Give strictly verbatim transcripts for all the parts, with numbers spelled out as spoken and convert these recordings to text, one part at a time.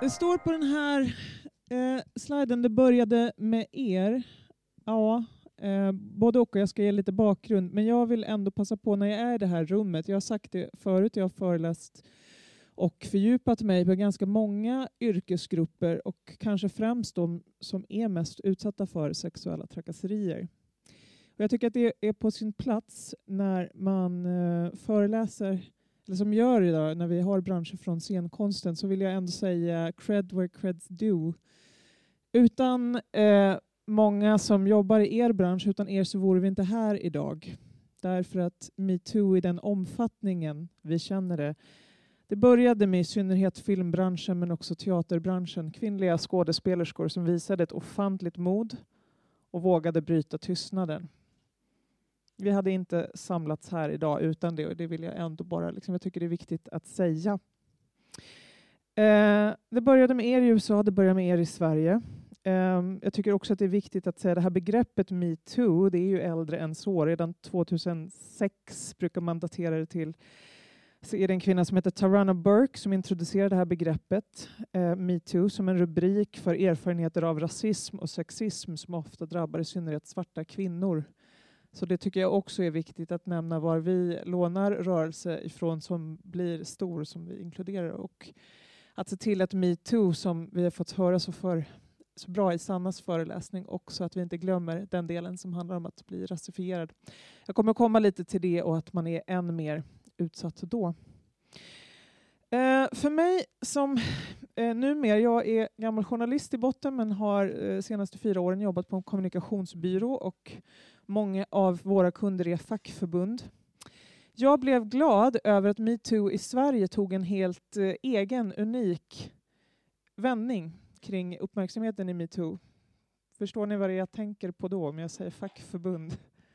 Det står på den här eh, sliden, det började med er. Ja, eh, både och, och jag ska ge lite bakgrund. Men jag vill ändå passa på när jag är i det här rummet. Jag har sagt det förut, jag har föreläst och fördjupat mig på ganska många yrkesgrupper och kanske främst de som är mest utsatta för sexuella trakasserier. Och jag tycker att det är på sin plats när man eh, föreläser, eller som gör idag när vi har branscher från scenkonsten, så vill jag ändå säga cred where creds due. Utan eh, många som jobbar i er bransch, utan er så vore vi inte här idag. Därför att MeToo i den omfattningen vi känner det, det började med i synnerhet filmbranschen men också teaterbranschen. Kvinnliga skådespelerskor som visade ett ofantligt mod och vågade bryta tystnaden. Vi hade inte samlats här idag utan det, och det vill jag ändå bara, liksom, jag tycker det är viktigt att säga. Eh, det började med er i U S A, det började med er i Sverige. Eh, jag tycker också att det är viktigt att säga det här begreppet MeToo, det är ju äldre än så. Redan tvåtusensex brukar man datera det till. Så är det en kvinna som heter Tarana Burke som introducerade det här begreppet eh, MeToo som en rubrik för erfarenheter av rasism och sexism som ofta drabbar i synnerhet svarta kvinnor. Så det tycker jag också är viktigt att nämna, var vi lånar rörelse ifrån som blir stor, som vi inkluderar. Och att se till att MeToo, som vi har fått höra så, för, så bra i Sannas föreläsning, också att vi inte glömmer den delen som handlar om att bli rasifierad. Jag kommer att komma lite till det och att man är än mer utsatt då. Eh, för mig som eh, numera, jag är gammal journalist i botten men har eh, senaste fyra åren jobbat på en kommunikationsbyrå och många av våra kunder är fackförbund. Jag blev glad över att MeToo i Sverige tog en helt eh, egen, unik vändning kring uppmärksamheten i MeToo. Förstår ni vad det är jag tänker på då om jag säger fackförbund?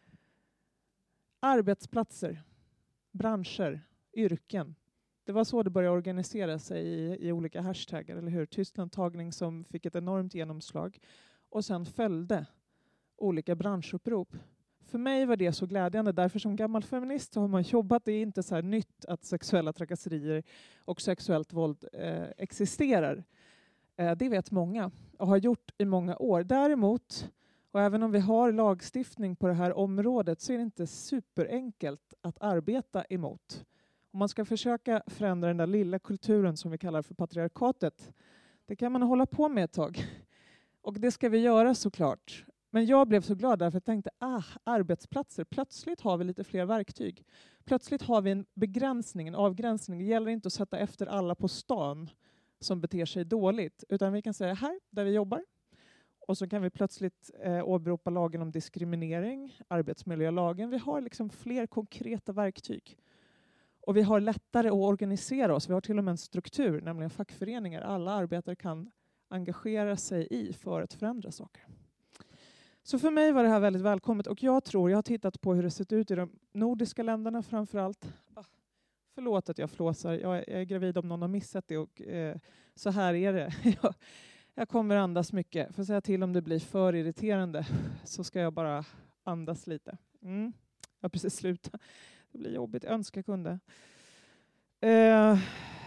Arbetsplatser, branscher, yrken. Det var så det började organisera sig i, i olika hashtaggar, eller hur? Tysklandtagning som fick ett enormt genomslag. Och sen följde olika branschupprop. För mig var det så glädjande, därför som gammal feminist så har man jobbat, det är inte så här nytt att sexuella trakasserier och sexuellt våld eh, existerar. Eh, det vet många och har gjort i många år. Däremot, och även om vi har lagstiftning på det här området, så är det inte superenkelt att arbeta emot. Om man ska försöka förändra den där lilla kulturen som vi kallar för patriarkatet, det kan man hålla på med ett tag. Och det ska vi göra såklart. Men jag blev så glad därför jag tänkte, ah, arbetsplatser, plötsligt har vi lite fler verktyg. Plötsligt har vi en begränsning, en avgränsning. Det gäller inte att sätta efter alla på stan som beter sig dåligt, utan vi kan säga här, där vi jobbar. Och så kan vi plötsligt eh, åberopa lagen om diskriminering, arbetsmiljölagen. Vi har liksom fler konkreta verktyg. Och vi har lättare att organisera oss. Vi har till och med en struktur, nämligen fackföreningar. Alla arbetare kan engagera sig i för att förändra saker. Så för mig var det här väldigt välkommet. Och jag tror, jag har tittat på hur det sett ut i de nordiska länderna framförallt. Ah, förlåt att jag flåsar. Jag är, jag är gravid om någon har missat det. Och eh, så här är det. jag, jag kommer andas mycket. För att säga till om det blir för irriterande så ska jag bara andas lite. Mm. Jag har precis slutat. Det blir jobbigt. Jag önskar jag kunde. Eh,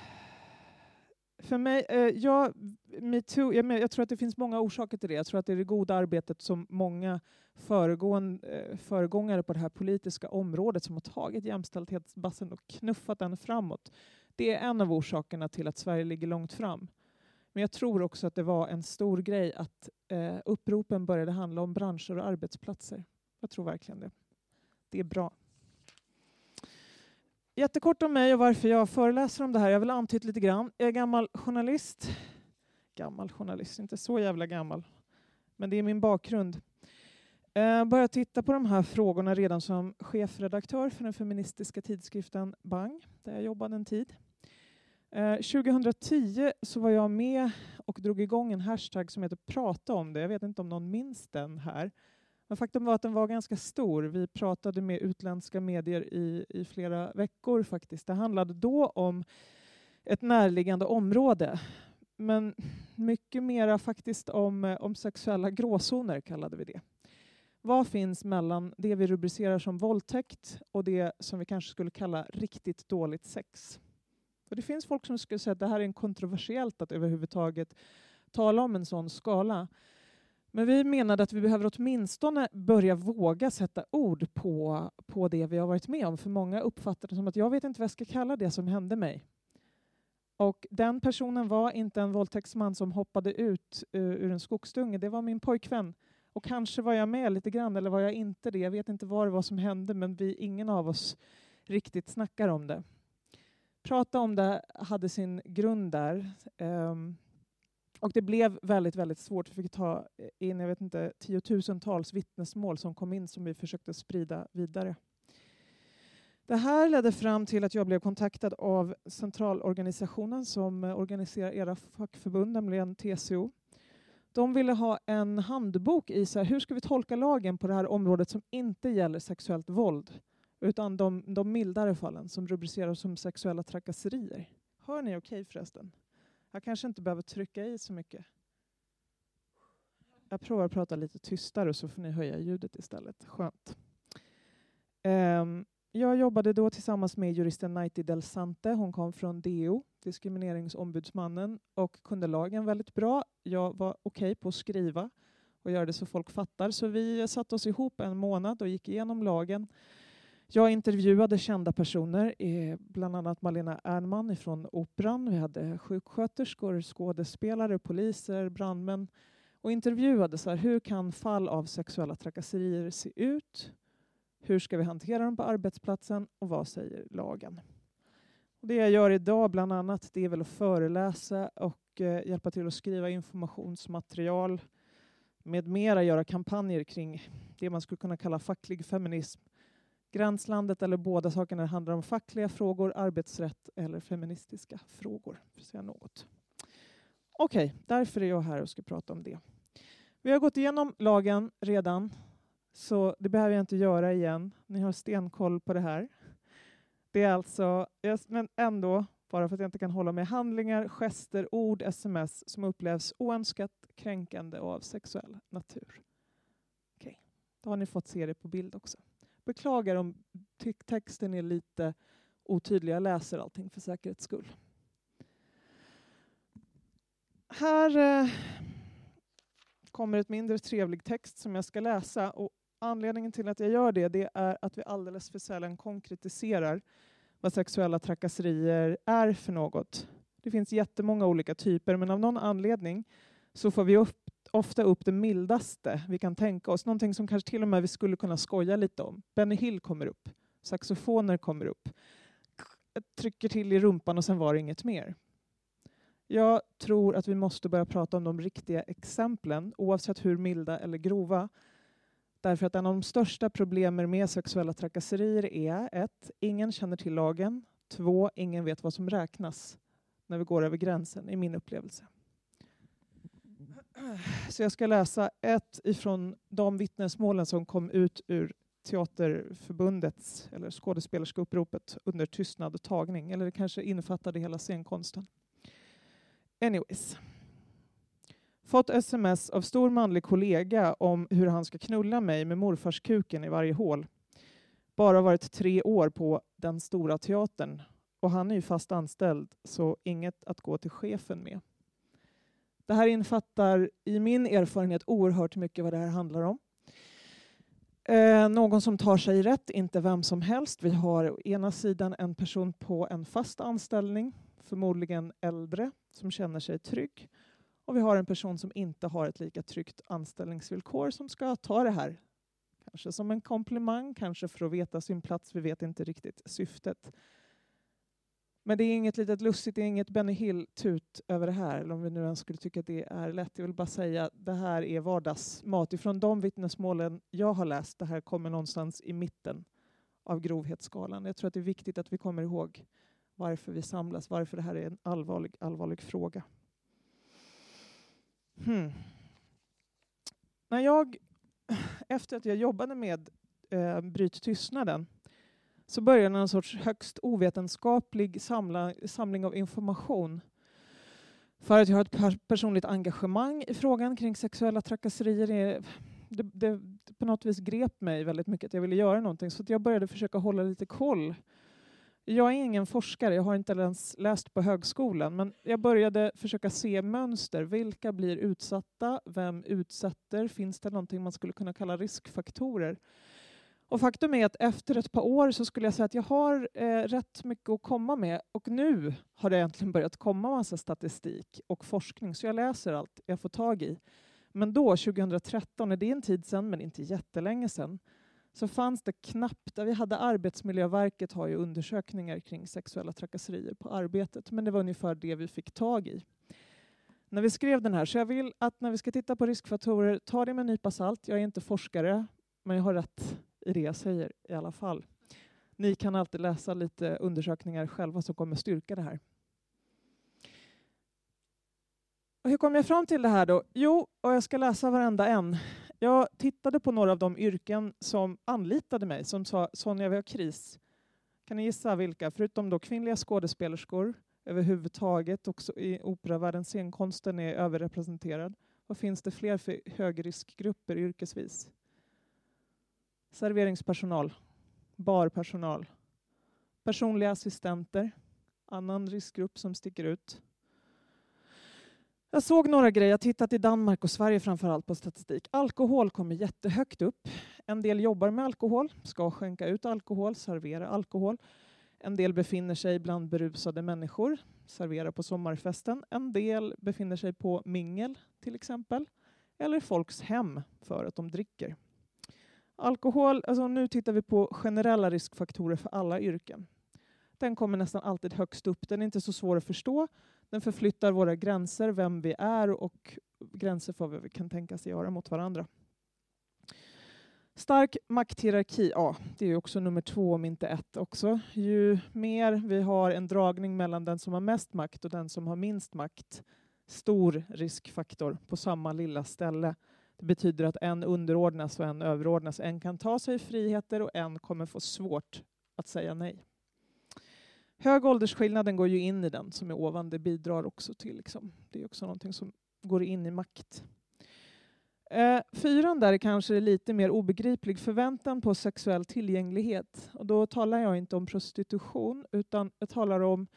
för mig, eh, jag, MeToo, jag, jag tror att det finns många orsaker till det. Jag tror att det är det goda arbetet som många föregående, eh, föregångare på det här politiska området som har tagit jämställdhetsbassen och knuffat den framåt. Det är en av orsakerna till att Sverige ligger långt fram. Men jag tror också att det var en stor grej att eh, uppropen började handla om branscher och arbetsplatser. Jag tror verkligen det. Det är bra. Jättekort om mig och varför jag föreläser om det här. Jag vill antyda lite grann. Jag är gammal journalist. Gammal journalist, inte så jävla gammal. Men det är min bakgrund. Jag började titta på de här frågorna redan som chefredaktör för den feministiska tidskriften Bang, där jag jobbade en tid. tjugohundratio så var jag med och drog igång en hashtag som heter Prata om det. Jag vet inte om någon minns den här. Men faktum var att den var ganska stor. Vi pratade med utländska medier i, i flera veckor faktiskt. Det handlade då om ett närliggande område. Men mycket mera faktiskt om, om sexuella gråzoner kallade vi det. Vad finns mellan det vi rubricerar som våldtäkt och det som vi kanske skulle kalla riktigt dåligt sex? För det finns folk som skulle säga att det här är en kontroversiellt att överhuvudtaget tala om en sån skala. Men vi menade att vi behöver åtminstone börja våga sätta ord på, på det vi har varit med om. För många uppfattar det som att jag vet inte vad jag ska kalla det som hände mig. Och den personen var inte en våldtäktsman som hoppade ut uh, ur en skogsdunge. Det var min pojkvän. Och kanske var jag med lite grann eller var jag inte det. Jag vet inte vad det var som hände, men vi, ingen av oss riktigt snackar om det. Prata om det hade sin grund där. Um, och det blev väldigt, väldigt svårt. Vi fick ta in, jag vet inte, tiotusentals vittnesmål som kom in som vi försökte sprida vidare. Det här ledde fram till att jag blev kontaktad av centralorganisationen som organiserar era fackförbund, nämligen T C O. De ville ha en handbok i så här, hur ska vi tolka lagen på det här området som inte gäller sexuellt våld, utan de, de mildare fallen som rubriceras som sexuella trakasserier. Hör ni okej förresten? Jag kanske inte behöver trycka i så mycket. Jag provar att prata lite tystare så får ni höja ljudet istället. Skönt. Um, jag jobbade då tillsammans med juristen Naiti Del Sante. Hon kom från D O, diskrimineringsombudsmannen, och kunde lagen väldigt bra. Jag var okej på att skriva och göra det så folk fattar. Så vi satte oss ihop en månad och gick igenom lagen. Jag intervjuade kända personer, bland annat Malena Ernman från Operan. Vi hade sjuksköterskor, skådespelare, poliser, brandmän. Och intervjuade så här, hur kan fall av sexuella trakasserier se ut? Hur ska vi hantera dem på arbetsplatsen? Och vad säger lagen? Och det jag gör idag bland annat, det är väl att föreläsa och eh, hjälpa till att skriva informationsmaterial. Med mera göra kampanjer kring det man skulle kunna kalla facklig feminism. Gränslandet eller båda sakerna handlar om fackliga frågor, arbetsrätt eller feministiska frågor. För att säga något. Okej, okay, därför är jag här och ska prata om det. Vi har gått igenom lagen redan, så det behöver jag inte göra igen. Ni har stenkoll på det här. Det är alltså, men ändå, bara för att jag inte kan hålla med, handlingar, gester, ord, sms som upplevs oönskat, kränkande och av sexuell natur. Okej, okay. Då har ni fått se det på bild också. Beklagar om texten är lite otydlig. Jag läser allting för säkerhets skull. Här eh, kommer ett mindre trevlig text som jag ska läsa. Och anledningen till att jag gör det, det är att vi alldeles för sällan konkretiserar vad sexuella trakasserier är för något. Det finns jättemånga olika typer, men av någon anledning så får vi upp ofta upp det mildaste vi kan tänka oss. Någonting som kanske till och med vi skulle kunna skoja lite om. Benny Hill kommer upp. Saxofoner kommer upp. Trycker till i rumpan och sen var det inget mer. Jag tror att vi måste börja prata om de riktiga exemplen, oavsett hur milda eller grova. Därför att en av de största problemen med sexuella trakasserier är ett, ingen känner till lagen. Två, ingen vet vad som räknas när vi går över gränsen, i min upplevelse. Så jag ska läsa ett ifrån de vittnesmålen som kom ut ur Teaterförbundets eller skådespelerska uppropet under tystnad och tagning. Eller det kanske innefattade hela scenkonsten. Anyways. Fått sms av stor manlig kollega om hur han ska knulla mig med morfars kuken i varje hål. Bara varit tre år på den stora teatern. Och han är ju fast anställd, så inget att gå till chefen med. Det här infattar i min erfarenhet oerhört mycket vad det här handlar om. Eh, någon som tar sig rätt, inte vem som helst. Vi har å ena sidan en person på en fast anställning, förmodligen äldre, som känner sig trygg. Och vi har en person som inte har ett lika tryggt anställningsvillkor som ska ta det här. Kanske som en komplimang, kanske för att veta sin plats. Vi vet inte riktigt syftet. Men det är inget litet lustigt, det är inget Benny Hill-tut över det här. Eller om vi nu ens skulle tycka att det är lätt. Jag vill bara säga att det här är vardagsmat. Ifrån de vittnesmålen jag har läst, det här kommer någonstans i mitten av grovhetsskalan. Jag tror att det är viktigt att vi kommer ihåg varför vi samlas. Varför det här är en allvarlig, allvarlig fråga. Hmm. När jag, efter att jag jobbade med eh, Bryt tystnaden, så började en sorts högst ovetenskaplig samla, samling av information. För att jag har ett per- personligt engagemang i frågan kring sexuella trakasserier. Det, det, det på något vis grep mig väldigt mycket att jag ville göra någonting. Så att jag började försöka hålla lite koll. Jag är ingen forskare, jag har inte ens läst på högskolan, men jag började försöka se mönster. Vilka blir utsatta? Vem utsätter? Finns det någonting man skulle kunna kalla riskfaktorer? Och faktum är att efter ett par år så skulle jag säga att jag har eh, rätt mycket att komma med. Och nu har det äntligen börjat komma massa statistik och forskning, så jag läser allt jag får tag i. Men då, tjugohundratretton, är det en tid sedan, men inte jättelänge sedan, så fanns det knappt, där vi hade Arbetsmiljöverket har ju undersökningar kring sexuella trakasserier på arbetet, men det var ungefär det vi fick tag i när vi skrev den här. Så jag vill att när vi ska titta på riskfaktorer, ta det med en nypa salt. Jag är inte forskare, men jag har rätt i det jag säger i alla fall. Ni kan alltid läsa lite undersökningar själva som kommer styrka det här. Och hur kom jag fram till det här då? Jo, och jag ska läsa varenda en. Jag tittade på några av de yrken som anlitade mig, som sa Sonja, vi har kris. Kan ni gissa vilka? Förutom då kvinnliga skådespelerskor överhuvudtaget, också i operavärlden, scenkonsten är överrepresenterad. Vad finns det fler för högriskgrupper yrkesvis? Serveringspersonal, barpersonal, personliga assistenter, annan riskgrupp som sticker ut. Jag såg några grejer, jag har tittat i Danmark och Sverige framförallt på statistik. Alkohol kommer jättehögt upp. En del jobbar med alkohol, ska skänka ut alkohol, servera alkohol. En del befinner sig bland berusade människor, servera på sommarfesten. En del befinner sig på mingel till exempel, eller folks hem för att de dricker. Alkohol, alltså nu tittar vi på generella riskfaktorer för alla yrken. Den kommer nästan alltid högst upp, den är inte så svår att förstå. Den förflyttar våra gränser, vem vi är och gränser för vad vi kan tänka sig göra mot varandra. Stark makthierarki, ja, det är ju också nummer två om inte ett också. Ju mer vi har en dragning mellan den som har mest makt och den som har minst makt, stor riskfaktor på samma lilla ställe. Det betyder att en underordnas och en överordnas. En kan ta sig friheter och en kommer få svårt att säga nej. Hög åldersskillnaden går ju in i den som är ovan. Det bidrar också till. Liksom. Det är också någonting som går in i makt. Eh, fyran där är kanske lite mer obegriplig. Förväntan på sexuell tillgänglighet. Och då talar jag inte om prostitution utan jag talar om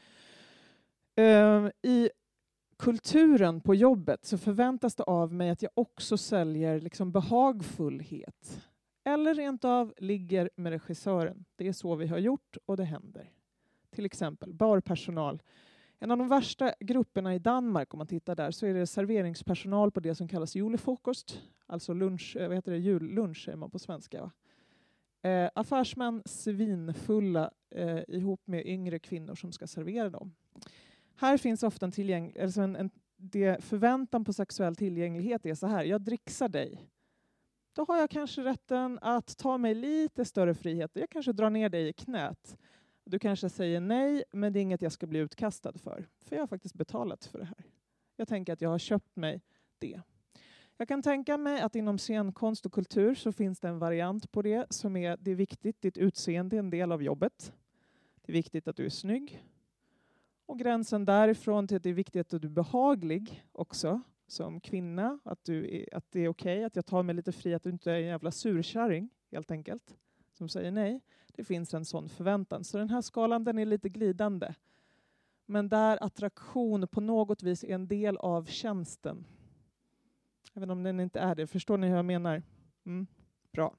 eh, i kulturen på jobbet så förväntas det av mig att jag också säljer liksom behagfullhet. Eller rent av ligger med regissören. Det är så vi har gjort och det händer. Till exempel barpersonal. En av de värsta grupperna i Danmark, om man tittar där, så är det serveringspersonal på det som kallas julefrokost. Alltså lunch, vad heter det? Jullunch säger man på svenska. Va? Eh, affärsmän svinfulla eh, ihop med yngre kvinnor som ska servera dem. Här finns ofta en, tillgäng- alltså en, en det förväntan på sexuell tillgänglighet är så här. Jag dricksar dig. Då har jag kanske rätten att ta mig lite större frihet. Jag kanske drar ner dig i knät. Du kanske säger nej, men det är inget jag ska bli utkastad för. För jag har faktiskt betalat för det här. Jag tänker att jag har köpt mig det. Jag kan tänka mig att inom scenkonst och kultur så finns det en variant på det som är, det är viktigt, ditt utseende är en del av jobbet. Det är viktigt att du är snygg. Och gränsen därifrån till att det är viktigt att du är behaglig också som kvinna. Att, du är, att det är okej okay, att jag tar mig lite fri, att du inte är en jävla surkärring helt enkelt. Som säger nej. Det finns en sån förväntan. Så den här skalan den är lite glidande. Men där attraktion på något vis är en del av tjänsten. Även om den inte är det. Förstår ni hur jag menar? Mm, bra.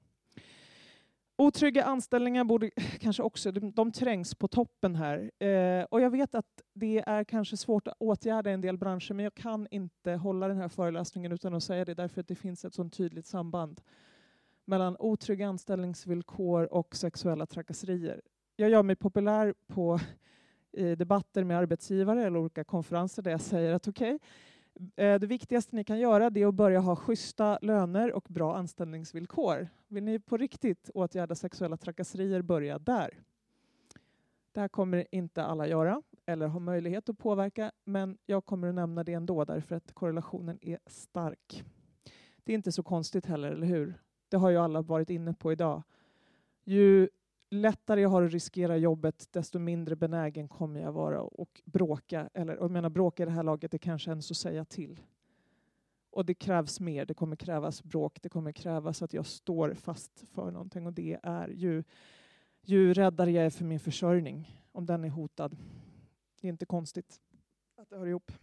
Otrygga anställningar borde kanske också, de, de trängs på toppen här. Eh, och jag vet att det är kanske svårt att åtgärda i en del branscher, men jag kan inte hålla den här föreläsningen utan att säga det, därför att det finns ett sånt tydligt samband mellan otrygga anställningsvillkor och sexuella trakasserier. Jag gör mig populär på eh, debatter med arbetsgivare eller olika konferenser där jag säger att okej, okay, eh, det viktigaste ni kan göra det är att börja ha schyssta löner och bra anställningsvillkor. Vill ni på riktigt åtgärda sexuella trakasserier, börja där. Det här kommer inte alla göra eller ha möjlighet att påverka, men jag kommer att nämna det ändå därför att korrelationen är stark. Det är inte så konstigt heller, eller hur? Det har ju alla varit inne på idag. Ju lättare jag har att riskera jobbet, desto mindre benägen kommer jag vara och bråka. Eller, och jag menar bråka i det här laget, det kanske ens att säga till. Och det krävs mer, det kommer krävas bråk, det kommer krävas att jag står fast för någonting. Och det är ju, ju räddare jag är för min försörjning, om den är hotad. Det är inte konstigt att det hör ihop.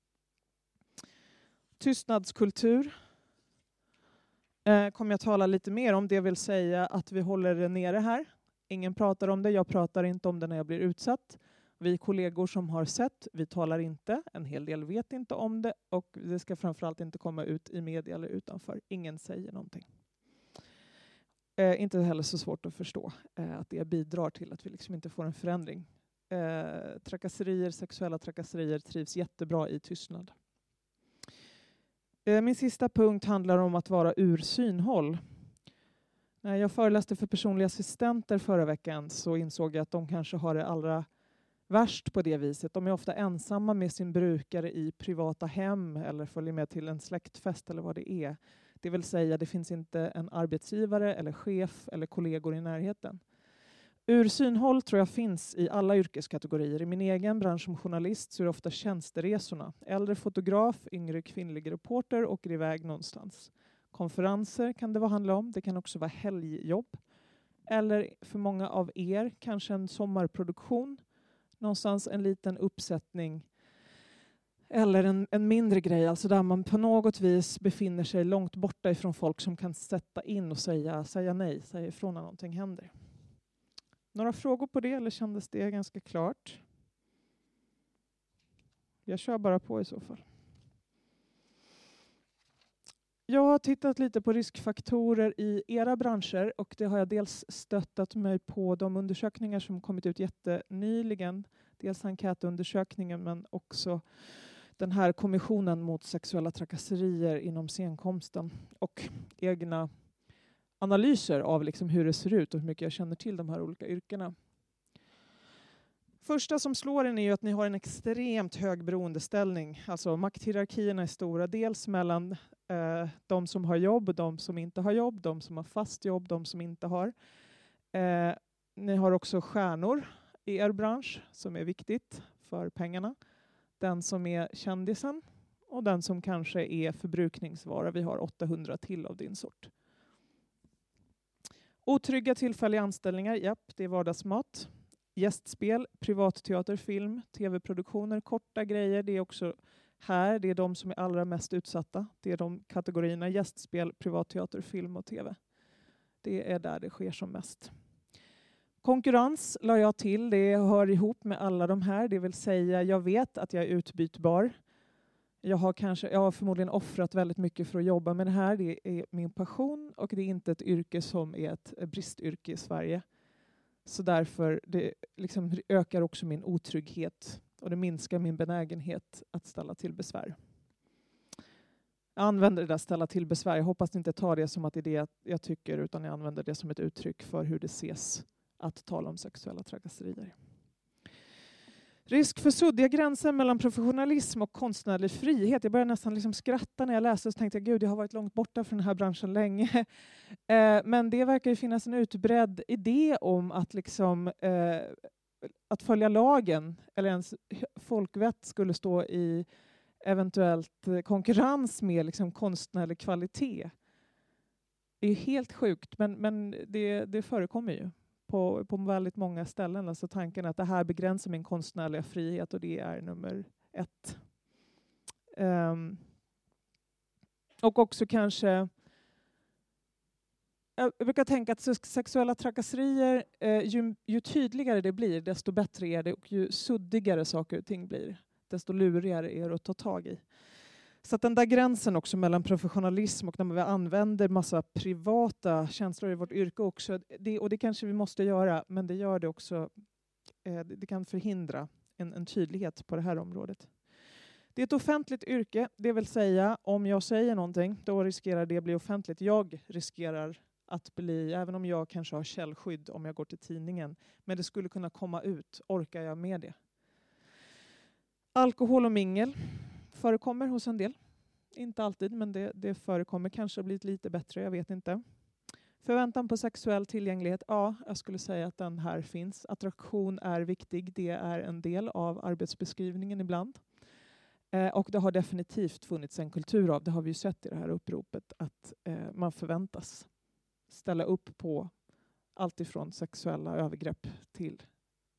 Tystnadskultur eh, kommer jag tala lite mer om. Det vill säga att vi håller det nere här. Ingen pratar om det. Jag pratar inte om det när jag blir utsatt. Vi kollegor som har sett, vi talar inte. En hel del vet inte om det. Och det ska framförallt inte komma ut i media eller utanför. Ingen säger någonting. Eh, inte heller så svårt att förstå eh, att det bidrar till att vi liksom inte får en förändring. Eh, trakasserier, sexuella trakasserier trivs jättebra i tystnad. Eh, min sista punkt handlar om att vara ur synhåll. När jag föreläste för personliga assistenter förra veckan så insåg jag att de kanske har det allra värst på det viset. De är ofta ensamma med sin brukare i privata hem eller följer med till en släktfest eller vad det är. Det vill säga det finns inte en arbetsgivare eller chef eller kollegor i närheten. Ur synhåll tror jag finns i alla yrkeskategorier. I min egen bransch som journalist så är det ofta tjänsteresorna. Äldre fotograf, yngre kvinnlig reporter åker iväg någonstans. Konferenser kan det vara handla om. Det kan också vara helgjobb. Eller för många av er kanske en sommarproduktion. Någonstans en liten uppsättning. Eller en, en mindre grej. Alltså där man på något vis befinner sig långt borta ifrån folk som kan sätta in och säga, säga nej. Säga ifrån när någonting händer. Några frågor på det eller kändes det ganska klart? Jag kör bara på i så fall. Jag har tittat lite på riskfaktorer i era branscher och det har jag dels stöttat mig på de undersökningar som kommit ut jättenyligen. Dels enkätundersökningen men också den här kommissionen mot sexuella trakasserier inom scenkonsten och egna analyser av liksom hur det ser ut och hur mycket jag känner till de här olika yrkena. Första som slår en är ju att ni har en extremt hög beroendeställning. Alltså makthierarkierna är stora. Dels mellan eh, de som har jobb och de som inte har jobb. De som har fast jobb, de som inte har. Eh, ni har också stjärnor i er bransch som är viktigt för pengarna. Den som är kändisen och den som kanske är förbrukningsvara. Vi har åttahundra till av din sort. Otrygga tillfälliga anställningar, japp, det är vardagsmat. Gästspel, privatteater, film, tv-produktioner, korta grejer. Det är också här, det är de som är allra mest utsatta. Det är de kategorierna, gästspel, privatteater, film och tv. Det är där det sker som mest. Konkurrens la jag till, det hör ihop med alla de här. Det vill säga, jag vet att jag är utbytbar. Jag har, kanske, jag har förmodligen offrat väldigt mycket för att jobba med det här. Det är min passion och det är inte ett yrke som är ett bristyrke i Sverige. Så därför det liksom ökar också min otrygghet och det minskar min benägenhet att ställa till besvär. Jag använder det där ställa till besvär. Jag hoppas inte ta det som att det är det jag tycker utan jag använder det som ett uttryck för hur det ses att tala om sexuella trakasserier. Risk för suddiga gränser mellan professionalism och konstnärlig frihet. Jag började nästan liksom skratta när jag läste och tänkte jag, gud, jag har varit långt borta från den här branschen länge. Eh, men det verkar ju finnas en utbredd idé om att, liksom, eh, att följa lagen eller ens folkvett skulle stå i eventuellt konkurrens med liksom konstnärlig kvalitet. Det är helt sjukt, men, men det, det förekommer ju. På, på väldigt många ställen. Alltså tanken att det här begränsar min konstnärliga frihet och det är nummer ett. Um, och också kanske jag brukar tänka att sexuella trakasserier eh, ju, ju tydligare det blir desto bättre är det och ju suddigare saker och ting blir desto lurigare är det att ta tag i. Så att den där gränsen också mellan professionalism och när vi använder massa privata känslor i vårt yrke också. Det, och det kanske vi måste göra, men det gör det också. Eh, det kan förhindra en, en tydlighet på det här området. Det är ett offentligt yrke, det vill säga om jag säger någonting, då riskerar det att bli offentligt. Jag riskerar att bli, även om jag kanske har källskydd om jag går till tidningen, men det skulle kunna komma ut. Orkar jag med det? Alkohol och mingel förekommer hos en del. Inte alltid, men det, det förekommer. Kanske har blivit lite bättre, jag vet inte. Förväntan på sexuell tillgänglighet. Ja, jag skulle säga att den här finns. Attraktion är viktig. Det är en del av arbetsbeskrivningen ibland. Eh, och det har definitivt funnits en kultur av, det har vi ju sett i det här uppropet, att eh, man förväntas ställa upp på allt ifrån sexuella övergrepp till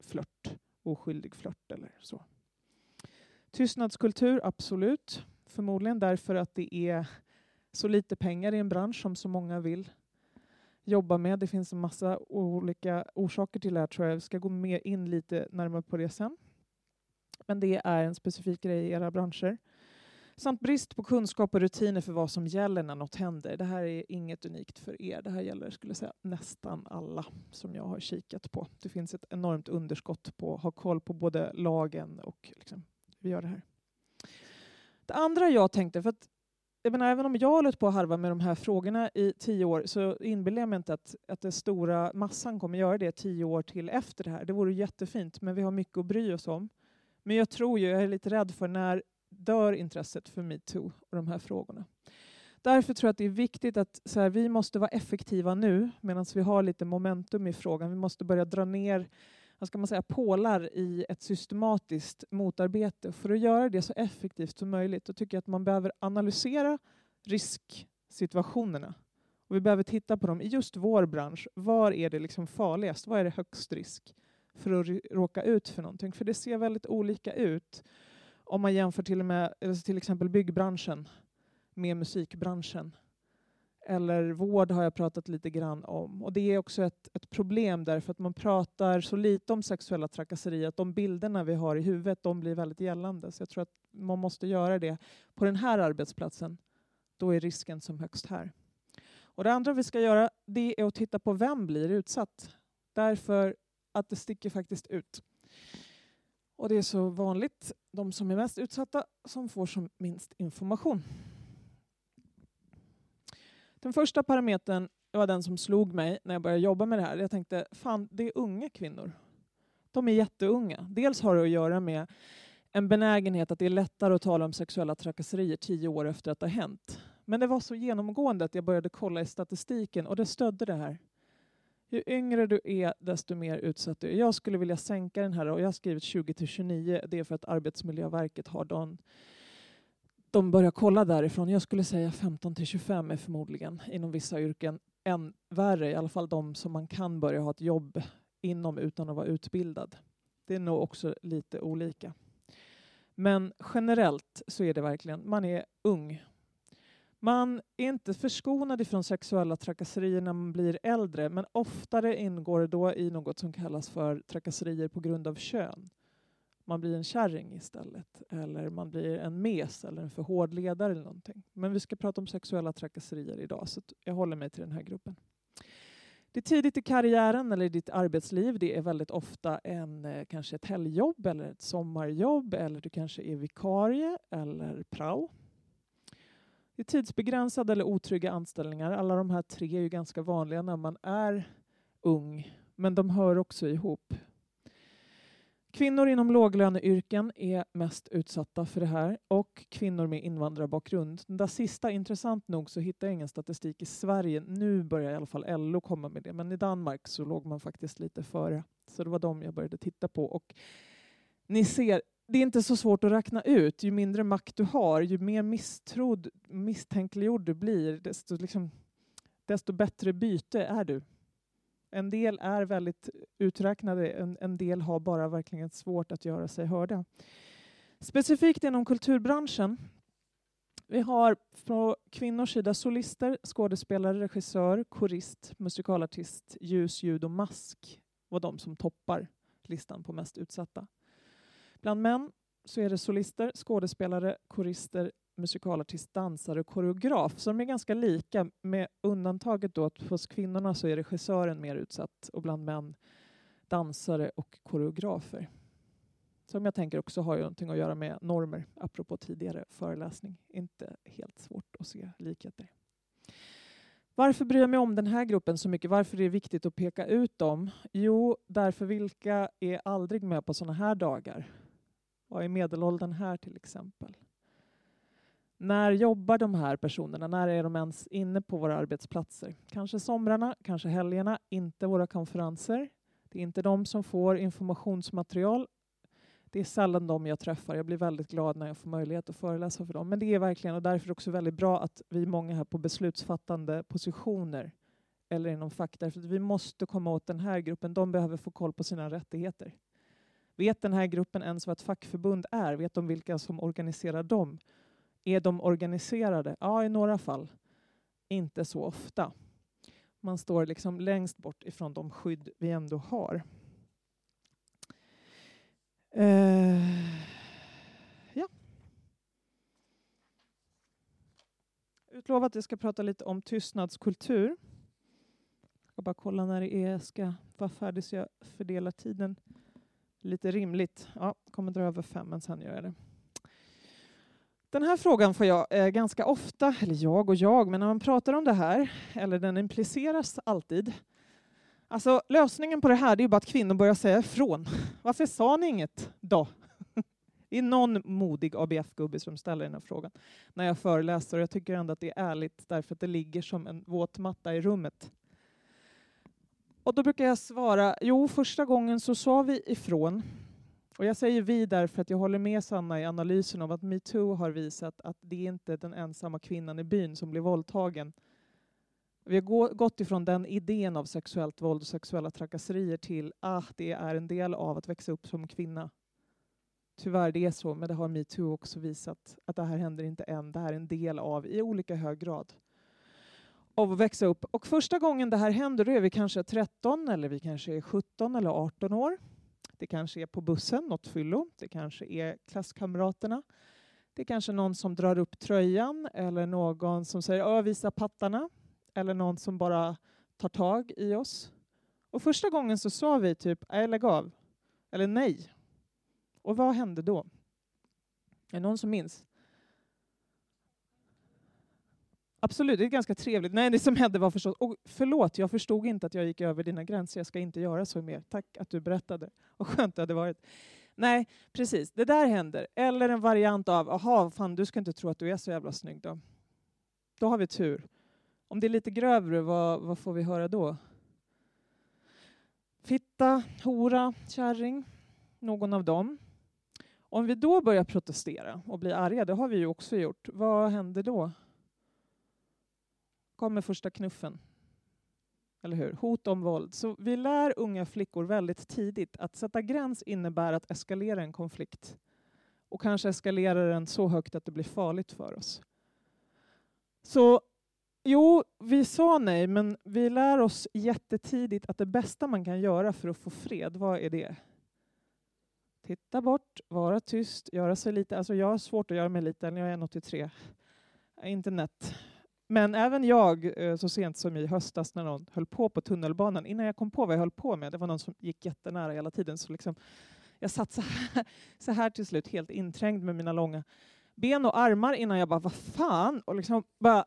flört, oskyldig flört eller så. Tystnadskultur, absolut. Förmodligen därför att det är så lite pengar i en bransch som så många vill jobba med. Det finns en massa olika orsaker till det här, tror jag. Vi ska gå med in lite närmare på det sen. Men det är en specifik grej i era branscher. Samt brist på kunskap och rutiner för vad som gäller när något händer. Det här är inget unikt för er. Det här gäller, skulle jag säga, nästan alla som jag har kikat på. Det finns ett enormt underskott på att ha koll på både lagen och liksom, vi gör det här. Det andra jag tänkte, för att jag menar, även om jag har hållit på att harva med de här frågorna i tio år, så inbillar jag mig inte att, att den stora massan kommer göra det tio år till efter det här. Det vore jättefint, men vi har mycket att bry oss om. Men jag tror ju, jag är lite rädd för när dör intresset för MeToo och de här frågorna. Därför tror jag att det är viktigt att så här, vi måste vara effektiva nu medan vi har lite momentum i frågan. Vi måste börja dra ner, vad ska man säga, pålar i ett systematiskt motarbete. För att göra det så effektivt som möjligt, då tycker jag att man behöver analysera risksituationerna. Och vi behöver titta på dem i just vår bransch. Var är det liksom farligast? Vad är det högst risk för att råka ut för någonting? För det ser väldigt olika ut. Om man jämför till och med till exempel byggbranschen med musikbranschen. Eller vård har jag pratat lite grann om. Och det är också ett, ett problem därför att man pratar så lite om sexuella trakasserier. Att de bilderna vi har i huvudet, de blir väldigt gällande. Så jag tror att man måste göra det på den här arbetsplatsen. Då är risken som högst här. Och det andra vi ska göra, det är att titta på vem blir utsatt. Därför att det sticker faktiskt ut. Och det är så vanligt, de som är mest utsatta som får som minst information. Den första parametern var den som slog mig när jag började jobba med det här. Jag tänkte, fan, det är unga kvinnor. De är jätteunga. Dels har det att göra med en benägenhet att det är lättare att tala om sexuella trakasserier tio år efter att det har hänt. Men det var så genomgående att jag började kolla i statistiken och det stödde det här. Ju yngre du är, desto mer utsatt du är. Jag skulle vilja sänka den här och jag har skrivit tjugo till tjugonio. Det är för att Arbetsmiljöverket har de, de börjar kolla därifrån. Jag skulle säga femton till tjugofem är förmodligen inom vissa yrken än värre. I alla fall de som man kan börja ha ett jobb inom utan att vara utbildad. Det är nog också lite olika. Men generellt så är det verkligen, man är ung. Man är inte förskonad ifrån sexuella trakasserier när man blir äldre, men oftare ingår det då i något som kallas för trakasserier på grund av kön. Man blir en kärring istället, eller man blir en mes eller en för hård ledare eller någonting. Men vi ska prata om sexuella trakasserier idag, så jag håller mig till den här gruppen. Det är tidigt i karriären eller i ditt arbetsliv. Det är väldigt ofta en, kanske ett helgjobb eller ett sommarjobb, eller du kanske är vikarie eller prao. Det är tidsbegränsade eller otrygga anställningar. Alla de här tre är ju ganska vanliga när man är ung. Men de hör också ihop. Kvinnor inom låglöneyrken är mest utsatta för det här. Och kvinnor med invandrarbakgrund. Den där sista, intressant nog, så hittar jag ingen statistik i Sverige. Nu börjar i alla fall L O komma med det. Men i Danmark så låg man faktiskt lite före. Så det var de jag började titta på. Och ni ser, det är inte så svårt att räkna ut. Ju mindre makt du har, ju mer misstrodd, misstänkliggjord du blir, desto, liksom, desto bättre byte är du. En del är väldigt uträknade, en, en del har bara verkligen svårt att göra sig hörda. Specifikt inom kulturbranschen. Vi har från kvinnors sida solister, skådespelare, regissör, korist, musikalartist, ljus, ljud och mask var de som toppar listan på mest utsatta. Bland män så är det solister, skådespelare, korister, musikalartist, dansare och koreograf som är ganska lika, med undantaget då att hos kvinnorna så är regissören mer utsatt och bland män dansare och koreografer. Som jag tänker också har ju någonting att göra med normer, apropå tidigare föreläsning. Inte helt svårt att se likheter. Varför bryr jag mig om den här gruppen så mycket? Varför är det viktigt att peka ut dem? Jo, därför vilka är aldrig med på sådana här dagar? Vad är medelåldern här till exempel? När jobbar de här personerna? När är de ens inne på våra arbetsplatser? Kanske somrarna, kanske helgerna, inte våra konferenser. Det är inte de som får informationsmaterial. Det är sällan de jag träffar. Jag blir väldigt glad när jag får möjlighet att föreläsa för dem. Men det är verkligen, och därför också väldigt bra att vi är många här på beslutsfattande positioner eller inom fack. Därför att vi måste komma åt den här gruppen. De behöver få koll på sina rättigheter. Vet den här gruppen ens vad ett fackförbund är? Vet de vilka som organiserar dem? Är de organiserade? Ja, i några fall. Inte så ofta. Man står liksom längst bort ifrån de skydd vi ändå har. Uh, ja. Utlovat att jag ska prata lite om tystnadskultur. Jag ska bara kolla när det är jag ska vara färdig så jag fördelar tiden lite rimligt. Ja, kommer dra över fem, men sen gör jag det. Den här frågan får jag eh, ganska ofta, eller jag och jag, men när man pratar om det här, eller den impliceras alltid. Alltså lösningen på det här det är ju bara att kvinnor börjar säga ifrån. Varför sa ni inget då? Det är någon modig A B F-gubbe som ställer den här frågan när jag föreläser. Och jag tycker ändå att det är ärligt därför att det ligger som en våt matta i rummet. Och då brukar jag svara, jo första gången så sa vi ifrån. Och jag säger vi därför att jag håller med Sanna i analysen om att MeToo har visat att det är inte den ensamma kvinnan i byn som blir våldtagen. Vi har gått ifrån den idén av sexuellt våld och sexuella trakasserier till att ah, det är en del av att växa upp som kvinna. Tyvärr det är så, men det har MeToo också visat att det här händer inte än. Det här är en del av, i olika hög grad, av att växa upp. Och första gången det här händer då är vi kanske tretton eller vi kanske är sjutton eller arton år. Det kanske är på bussen, något fyllo. Det kanske är klasskamraterna. Det är kanske någon som drar upp tröjan eller någon som säger visa pattarna. Eller någon som bara tar tag i oss. Och första gången så sa vi typ, nej lägg av. Eller nej. Och vad hände då? Är någon som minns? Absolut, det är ganska trevligt. Nej, det som hände var förstås, och förlåt, jag förstod inte att jag gick över dina gränser. Jag ska inte göra så mer. Tack att du berättade. Och skönt det hade varit. Nej, precis. Det där händer. Eller en variant av, aha, fan du ska inte tro att du är så jävla snygg då. Då har vi tur. Om det är lite grövre, vad, vad får vi höra då? Fitta, hora, kärring. Någon av dem. Om vi då börjar protestera och bli arga, det har vi ju också gjort. Vad händer då? Kommer första knuffen. Eller hur? Hot om våld. Så vi lär unga flickor väldigt tidigt att sätta gräns innebär att eskalera en konflikt. Och kanske eskalera den så högt att det blir farligt för oss. Så jo, vi sa nej, men vi lär oss jättetidigt att det bästa man kan göra för att få fred, vad är det? Titta bort, vara tyst, göra sig lite. Alltså jag har svårt att göra mig lite, jag är en åttiotre. Internet. Men även jag, så sent som i höstas när någon höll på på tunnelbanan, innan jag kom på vad jag höll på med, det var någon som gick jättenära hela tiden, så liksom, jag satt så här, så här till slut, helt inträngd med mina långa ben och armar innan jag bara, vad fan? Och liksom bara,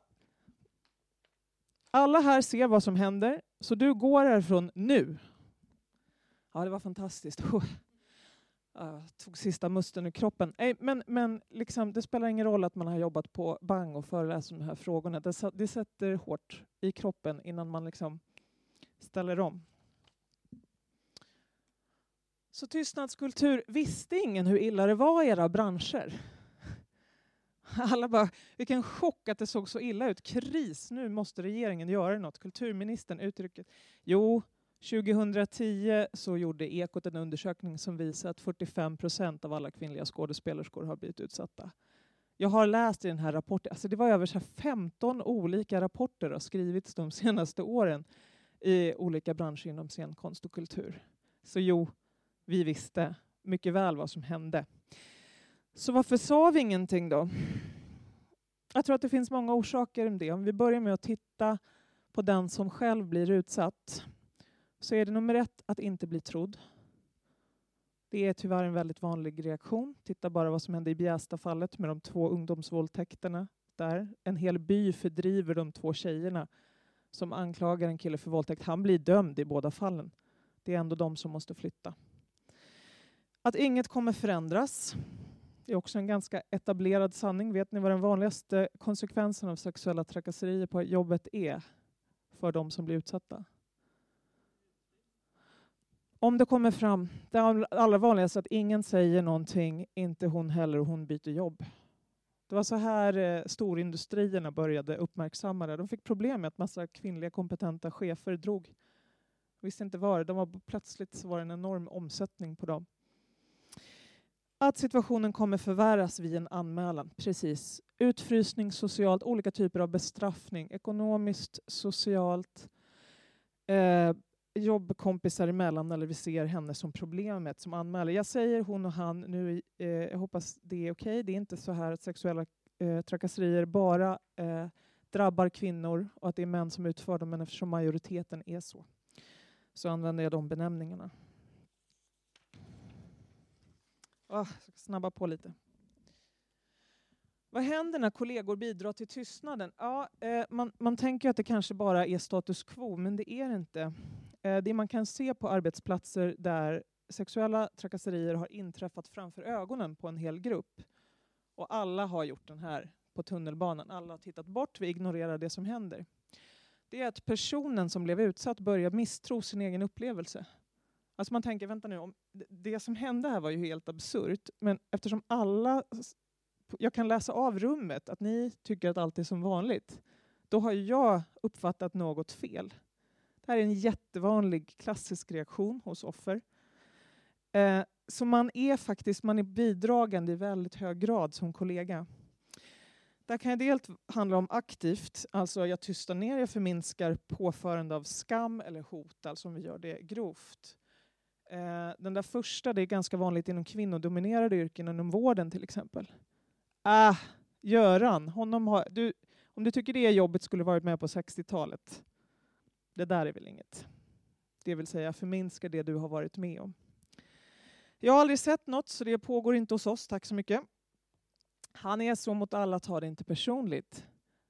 alla här ser vad som händer, så du går härifrån nu. Ja, det var fantastiskt. Jag tog sista musten ur kroppen. Nej, men men liksom, det spelar ingen roll att man har jobbat på Bang och föreläst om de här frågorna. Det, det sätter hårt i kroppen innan man liksom ställer om. Så tystnadskultur, visste ingen hur illa det var i era branscher? Alla bara, vilken chock att det såg så illa ut. Kris, nu måste regeringen göra något. Kulturministern uttrycker, jo, tjugohundratio så gjorde Ekot en undersökning som visar att fyrtiofem procent av alla kvinnliga skådespelerskor har blivit utsatta. Jag har läst i den här rapporten, alltså det var över så femton olika rapporter har skrivits de senaste åren i olika branscher inom scenkonst och kultur. Så jo, vi visste mycket väl vad som hände. Så varför sa vi ingenting då? Jag tror att det finns många orsaker om det. Om vi börjar med att titta på den som själv blir utsatt, så är det nummer ett att inte bli trodd. Det är tyvärr en väldigt vanlig reaktion. Titta bara vad som hände i Bjästa-fallet med de två ungdomsvåldtäkterna. Där en hel by fördriver de två tjejerna som anklagar en kille för våldtäkt. Han blir dömd i båda fallen. Det är ändå de som måste flytta. Att inget kommer förändras. Det är också en ganska etablerad sanning. Vet ni vad den vanligaste konsekvensen av sexuella trakasserier på jobbet är för de som blir utsatta? Om det kommer fram, det allra vanligaste att ingen säger någonting, inte hon heller, och hon byter jobb. Det var så här eh, storindustrierna började uppmärksamma det. De fick problem med att massa kvinnliga kompetenta chefer drog. Visste inte var det. De var plötsligt så var det en enorm omsättning på dem. Att situationen kommer förvärras vid en anmälan. Precis. Utfrysning, socialt, olika typer av bestraffning. Ekonomiskt, socialt, eh, jobbkompisar emellan, eller vi ser henne som problemet som anmäler. Jag säger hon och han nu, eh, jag hoppas det är okej. Det är inte så här att sexuella eh, trakasserier bara eh, drabbar kvinnor och att det är män som utför dem, men eftersom majoriteten är så, så använder jag de benämningarna. Oh, snabba på lite. Vad händer när kollegor bidrar till tystnaden? Ja, eh, man, man tänker att det kanske bara är status quo, men det är det inte. Eh, det man kan se på arbetsplatser där sexuella trakasserier har inträffat framför ögonen på en hel grupp, och alla har gjort den här på tunnelbanan. Alla har tittat bort, vi ignorerar det som händer. Det är att personen som blev utsatt börjar misstro sin egen upplevelse. Alltså man tänker, vänta nu, om det som hände här var ju helt absurt, men eftersom alla, jag kan läsa av rummet att ni tycker att allt är som vanligt, då har jag uppfattat något fel. Det här är en jättevanlig klassisk reaktion hos offer. Eh, så man är faktiskt, man är bidragande i väldigt hög grad som kollega. Där kan det dels handla om aktivt, alltså jag tystar ner, jag förminskar påförande av skam eller hot, alltså om vi gör det grovt. Eh, den där första, det är ganska vanligt inom kvinnodominerade yrken, inom vården till exempel. Ah, Göran, honom har, du, om du tycker det är jobbigt skulle varit med på sextiotalet. Det där är väl inget. Det vill säga förminska det du har varit med om. Jag har aldrig sett något, så det pågår inte hos oss, tack så mycket. Han är så mot alla, tar det inte personligt.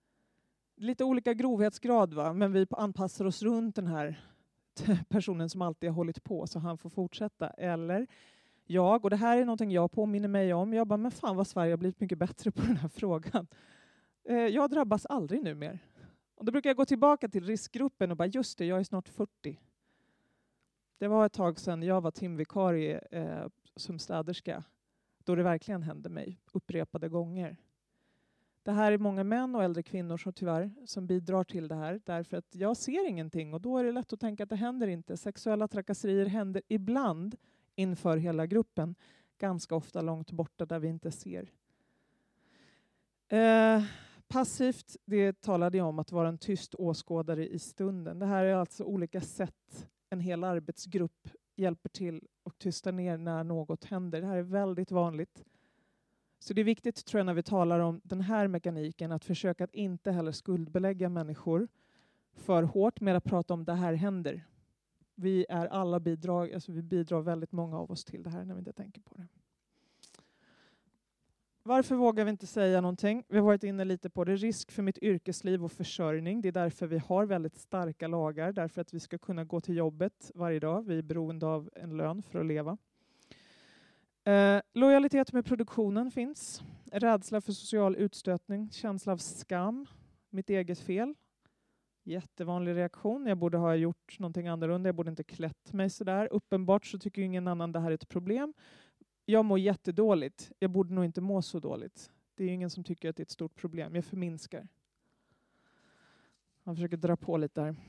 Lite olika grovhetsgrad, va? Men vi anpassar oss runt den här personen som alltid har hållit på, så han får fortsätta. Eller jag, och det här är någonting jag påminner mig om. Jag bara, men fan vad Sverige har blivit mycket bättre på den här frågan. Eh, jag drabbas aldrig nu mer. Och då brukar jag gå tillbaka till riskgruppen och bara, just det, jag är snart fyrtio. Det var ett tag sedan jag var timvikarie eh, som städerska, då det verkligen hände mig upprepade gånger. Det här är många män och äldre kvinnor som tyvärr som bidrar till det här, därför att jag ser ingenting, och då är det lätt att tänka att det händer inte. Sexuella trakasserier händer ibland inför hela gruppen, ganska ofta långt borta där vi inte ser. Eh, passivt, det talade jag om, att vara en tyst åskådare i stunden. Det här är alltså olika sätt en hel arbetsgrupp hjälper till och tystar ner när något händer. Det här är väldigt vanligt. Så det är viktigt, tror jag, när vi talar om den här mekaniken, att försöka att inte heller skuldbelägga människor för hårt med att prata om det här händer. Vi är alla bidrag, alltså vi bidrar väldigt många av oss till det här när vi inte tänker på det. Varför vågar vi inte säga någonting? Vi har varit inne lite på det. Risk för mitt yrkesliv och försörjning. Det är därför vi har väldigt starka lagar. Därför att vi ska kunna gå till jobbet varje dag. Vi är beroende av en lön för att leva. Eh, lojalitet med produktionen finns. Rädsla för social utstötning. Känsla av skam. Mitt eget fel. Jättevanlig reaktion. Jag borde ha gjort någonting annorlunda. Jag borde inte klätt mig sådär. Uppenbart så tycker ingen annan det här är ett problem. Jag mår jättedåligt. Jag borde nog inte må så dåligt. Det är ju ingen som tycker att det är ett stort problem. Jag förminskar. Jag försöker dra på lite här.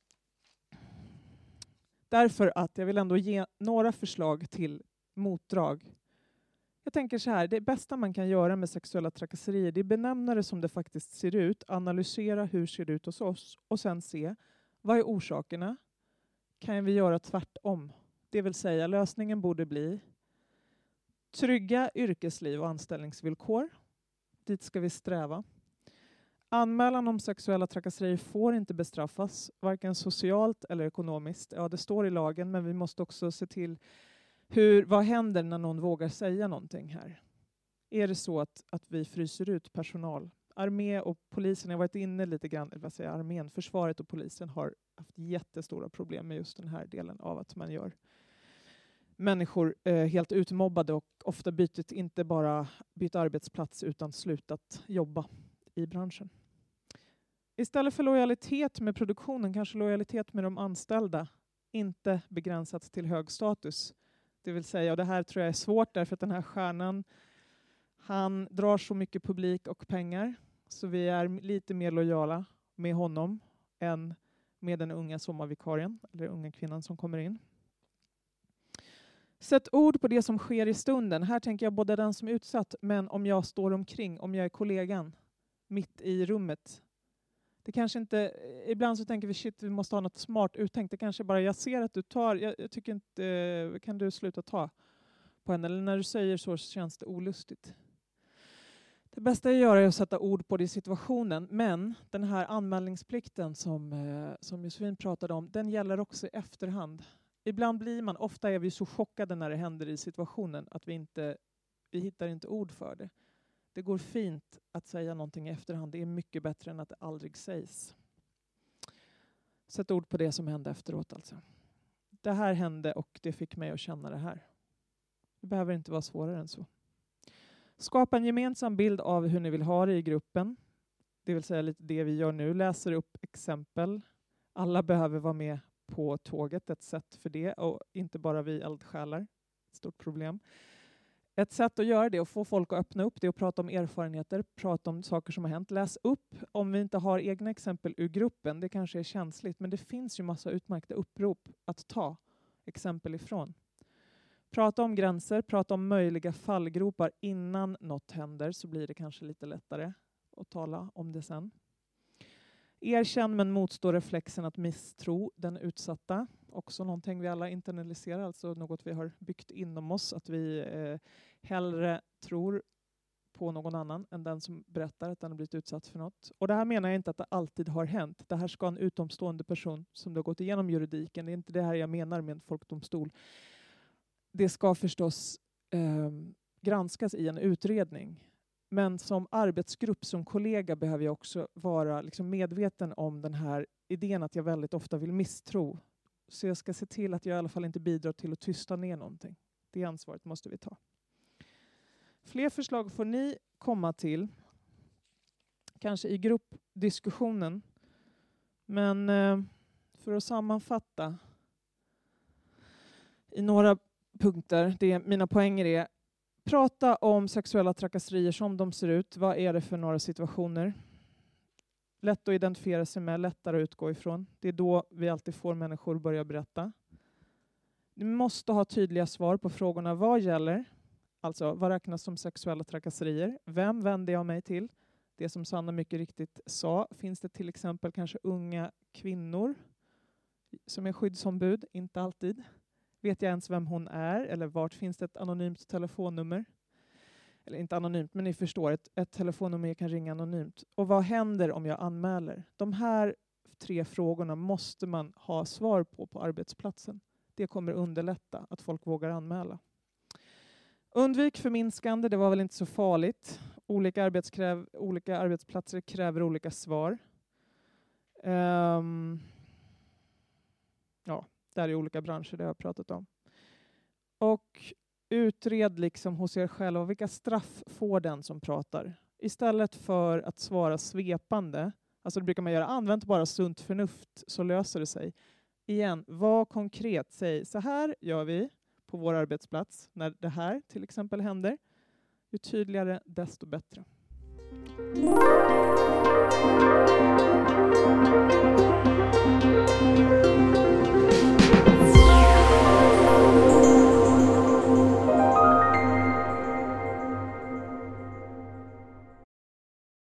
Därför att jag vill ändå ge några förslag till motdrag. Jag tänker så här, det bästa man kan göra med sexuella trakasserier, det är benämna det som det faktiskt ser ut, analysera hur ser det ut hos oss och sen se, vad är orsakerna? Kan vi göra tvärtom? Det vill säga, lösningen borde bli trygga yrkesliv och anställningsvillkor. Dit ska vi sträva. Anmälan om sexuella trakasserier får inte bestraffas, varken socialt eller ekonomiskt. Ja, det står i lagen, men vi måste också se till hur, vad händer när någon vågar säga någonting här. Är det så att, att vi fryser ut personal? Armé och polisen, jag har varit inne lite grann, vad säger armén, försvaret och polisen har haft jättestora problem med just den här delen av att man gör människor eh, helt utmobbade och ofta bytt inte bara bytt arbetsplats utan slutat jobba i branschen. Istället för lojalitet med produktionen, kanske lojalitet med de anställda, inte begränsats till hög status. Det vill säga, och det här tror jag är svårt därför att den här stjärnan, han drar så mycket publik och pengar, så vi är lite mer lojala med honom än med den unga sommarvikarien eller unga kvinnan som kommer in. Sätt ord på det som sker i stunden. Här tänker jag både den som är utsatt, men om jag står omkring, om jag är kollegan mitt i rummet. Det kanske inte, ibland så tänker vi shit, vi måste ha något smart uttänkt. Det kanske bara, jag ser att du tar, jag, jag tycker inte, kan du sluta ta på henne? Eller när du säger så, så känns det olustigt. Det bästa jag gör är att sätta ord på det i situationen, men den här anmälningsplikten som, eh, som Josefin pratade om, den gäller också i efterhand. Ibland blir man, ofta är vi så chockade när det händer i situationen att vi inte, vi hittar inte ord för det. Det går fint att säga någonting i efterhand. Det är mycket bättre än att det aldrig sägs. Sätt ord på det som hände efteråt alltså. Det här hände och det fick mig att känna det här. Det behöver inte vara svårare än så. Skapa en gemensam bild av hur ni vill ha det i gruppen. Det vill säga lite det vi gör nu. Läser upp exempel. Alla behöver vara med på tåget. Ett sätt för det. Och inte bara vi eldsjälar. Ett stort problem. Ett sätt att göra det och få folk att öppna upp det och prata om erfarenheter. Prata om saker som har hänt. Läs upp om vi inte har egna exempel ur gruppen. Det kanske är känsligt. Men det finns ju massa utmärkta upprop att ta exempel ifrån. Prata om gränser, prata om möjliga fallgropar innan något händer, så blir det kanske lite lättare att tala om det sen. Erkänn men motstå reflexen att misstro den utsatta. Också någonting vi alla internaliserar, alltså något vi har byggt inom oss, att vi eh, hellre tror på någon annan än den som berättar att den har blivit utsatt för något. Och det här menar jag inte att det alltid har hänt. Det här ska en utomstående person som har gått igenom juridiken, det är inte det här jag menar med en folkdomstol. Det ska förstås eh, granskas i en utredning. Men som arbetsgrupp, som kollega, behöver jag också vara liksom medveten om den här idén att jag väldigt ofta vill misstro. Så jag ska se till att jag i alla fall inte bidrar till att tysta ner någonting. Det ansvaret måste vi ta. Fler förslag får ni komma till. Kanske i gruppdiskussionen. Men eh, för att sammanfatta i några punkter, det mina poänger är: prata om sexuella trakasserier som de ser ut. Vad är det för några situationer? Lätt att identifiera sig med, lättare att utgå ifrån. Det är då vi alltid får människor att börja berätta. Ni måste ha tydliga svar på frågorna: vad gäller? Alltså, vad räknas som sexuella trakasserier? Vem vänder jag mig till? Det som Sanna mycket riktigt sa. Finns det till exempel kanske unga kvinnor som är skyddsombud? Inte alltid. Vet jag ens vem hon är? Eller vart finns det ett anonymt telefonnummer? Eller inte anonymt, men ni förstår. Ett, ett telefonnummer jag kan ringa anonymt. Och vad händer om jag anmäler? De här tre frågorna måste man ha svar på på arbetsplatsen. Det kommer underlätta att folk vågar anmäla. Undvik förminskande, det var väl inte så farligt. Olika, arbetskräv, olika arbetsplatser kräver olika svar. Um, ja, där är olika branscher, det har jag pratat om. Och utred liksom hos er själva, vilka straff får den som pratar? Istället för att svara svepande, alltså det brukar man göra, använd bara sunt förnuft så löser det sig. Igen, var konkret, säg så här gör vi på vår arbetsplats när det här till exempel händer. Ju tydligare desto bättre.